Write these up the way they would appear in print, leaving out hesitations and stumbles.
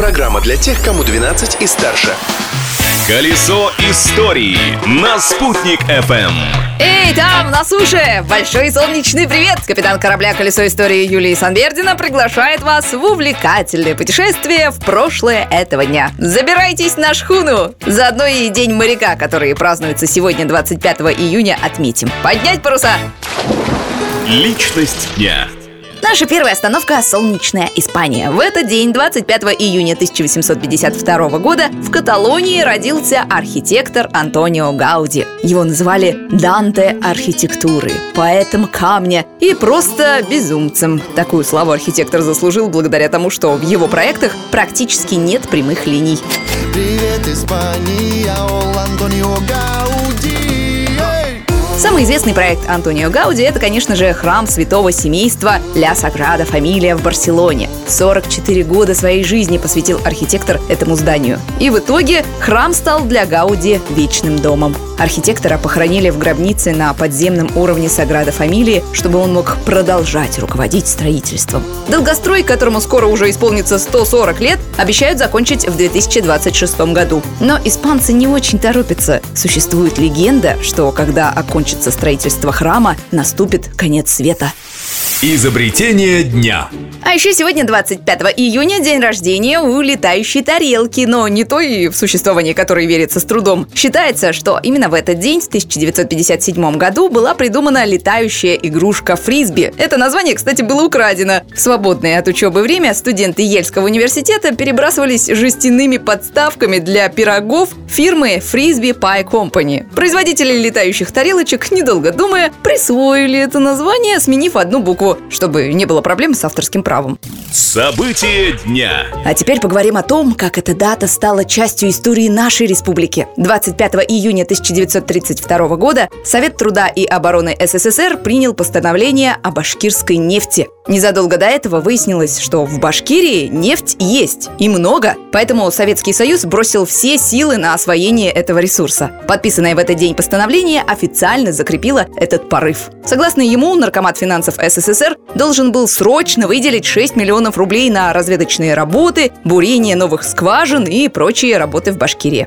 Программа для тех, кому 12 и старше. Колесо истории на Спутник FM. Эй, там, на суше! Большой солнечный привет! Капитан корабля «Колесо истории» Юлия Санбердина приглашает вас в увлекательное путешествие в прошлое этого дня. Забирайтесь на шхуну! Заодно и День моряка, который празднуется сегодня, 25 июня, отметим. Поднять паруса! Личность дня. Наша первая остановка – солнечная Испания. В этот день, 25 июня 1852 года, в Каталонии родился архитектор Антонио Гауди. Его называли Данте архитектуры, поэтом камня и просто безумцем. Такую славу архитектор заслужил благодаря тому, что в его проектах практически нет прямых линий. Привет, Испания, Антонио Гауди. Самый известный проект Антонио Гауди – это, конечно же, храм святого семейства Ля Саграда Фамилия в Барселоне. 44 года своей жизни посвятил архитектор этому зданию. И в итоге храм стал для Гауди вечным домом. Архитектора похоронили в гробнице на подземном уровне Саграда Фамилии, чтобы он мог продолжать руководить строительством. Долгострой, которому скоро уже исполнится 140 лет, обещают закончить в 2026 году. Но испанцы не очень торопятся. Существует легенда, что когда окончится строительство храма, наступит конец света. Изобретение дня. А еще сегодня, 25 июня, день рождения у летающей тарелки, но не той, в существовании которой верится с трудом. Считается, что именно в этот день, в 1957 году, была придумана летающая игрушка фрисби. Это название, кстати, было украдено. В свободное от учебы время студенты Ельского университета перебрасывались жестяными подставками для пирогов фирмы Frisbee Pie Company. Производители летающих тарелочек, недолго думая, присвоили это название, сменив одну букву, чтобы не было проблем с авторским правом. События дня. А теперь поговорим о том, как эта дата стала частью истории нашей республики. 25 июня 1932 года Совет труда и обороны СССР принял постановление о башкирской нефти. Незадолго до этого выяснилось, что в Башкирии нефть есть, и много. Поэтому Советский Союз бросил все силы на освоение этого ресурса. Подписанное в этот день постановление официально закрепило этот порыв. Согласно ему, Наркомат финансов СССР должен был срочно выделить 6 миллионов рублей на разведочные работы, бурение новых скважин и прочие работы в Башкирии.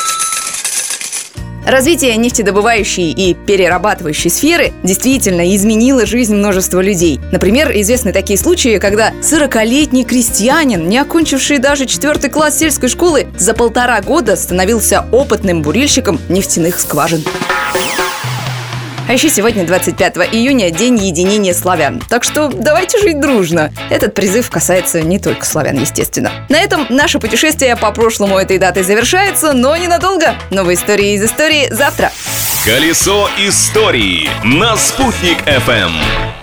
Развитие нефтедобывающей и перерабатывающей сферы действительно изменило жизнь множества людей. Например, известны такие случаи, когда 40-летний крестьянин, не окончивший даже 4 класс сельской школы, за 1,5 года становился опытным бурильщиком нефтяных скважин. А еще сегодня, 25 июня, день единения славян. Так что давайте жить дружно. Этот призыв касается не только славян, естественно. На этом наше путешествие по прошлому этой датой завершается, но ненадолго. Новые истории из истории завтра. Колесо истории на Спутник FM.